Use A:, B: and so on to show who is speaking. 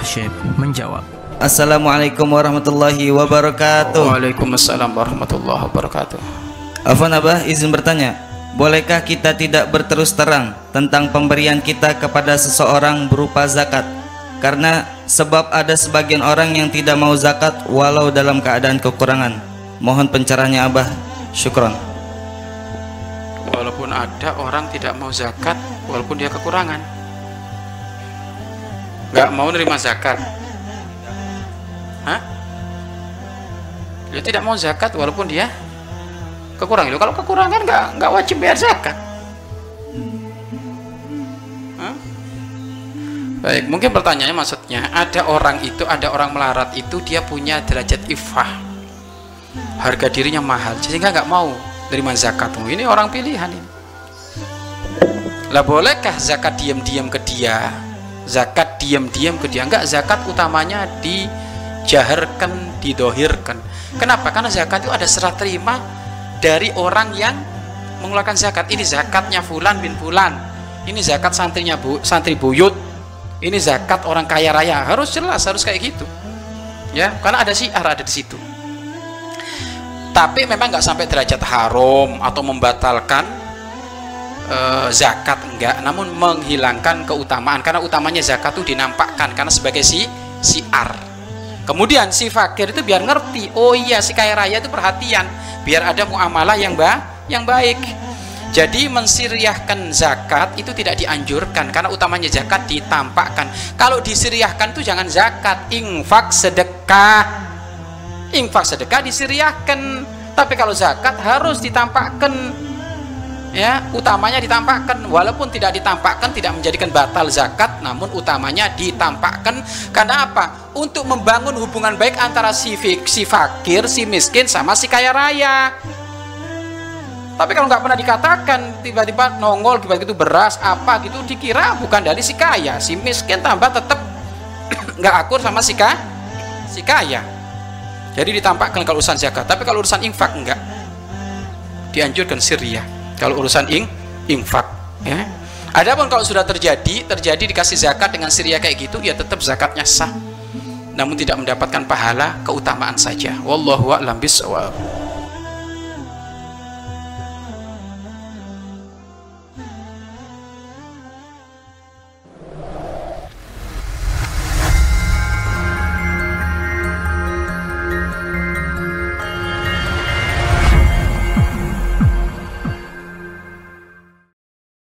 A: Syekh menjawab.
B: Assalamualaikum warahmatullahi wabarakatuh.
C: Waalaikumsalam warahmatullahi wabarakatuh.
B: Afwan Abah, izin bertanya, bolehkah kita tidak berterus terang tentang pemberian kita kepada seseorang berupa zakat? Karena sebab ada sebagian orang yang tidak mau zakat walau dalam keadaan kekurangan. Mohon pencerahannya Abah. Syukron.
C: Walaupun ada orang tidak mau zakat walaupun dia kekurangan, nggak mau nerima zakat. Hah? Dia tidak mau zakat walaupun dia kekurangan. Kalau kekurangan nggak wajib bayar zakat. Hah? Baik, mungkin pertanyaannya maksudnya ada orang melarat itu dia punya derajat ifah, harga dirinya mahal sehingga nggak mau terima zakat. Ini orang pilihan ini. Lah bolehkah zakat diam-diam ke dia? Zakat diam-diam ke dia? Enggak, zakat utamanya dijaharkan, didohirkan. Kenapa? Karena zakat itu ada serah terima dari orang yang mengeluarkan zakat. Ini zakatnya fulan bin fulan. Ini zakat santri buyut. Ini zakat orang kaya raya. Harus jelas, harus kayak gitu. Ya, karena ada syiar ada di situ. Tapi memang nggak sampai derajat haram atau membatalkan zakat, enggak, namun menghilangkan keutamaan, karena utamanya zakat itu dinampakkan karena sebagai syiar. Kemudian si fakir itu biar ngerti, oh iya si kaya raya itu perhatian, biar ada muamalah yang baik. Jadi mensiriahkan zakat itu tidak dianjurkan karena utamanya zakat ditampakkan. Kalau disiriahkan itu jangan zakat, infak sedekah. Infak sedekah disiriahkan, tapi kalau zakat harus ditampakkan, ya, utamanya ditampakkan. Walaupun tidak ditampakkan tidak menjadikan batal zakat, namun utamanya ditampakkan. Karena apa? Untuk membangun hubungan baik antara si fakir, si miskin sama si kaya raya. Tapi kalau nggak pernah dikatakan, tiba-tiba nongol gitu beras apa gitu, dikira bukan dari si kaya, si miskin tambah tetap nggak akur sama si kaya. Jadi ditampakkan kalau urusan zakat, tapi kalau urusan infak enggak. Dianjurkan sirriyah kalau urusan infak, ya. Adapun kalau sudah terjadi dikasih zakat dengan sirriyah kayak gitu, ya tetap zakatnya sah. Namun tidak mendapatkan pahala, keutamaan saja. Wallahu a'lam bishawab.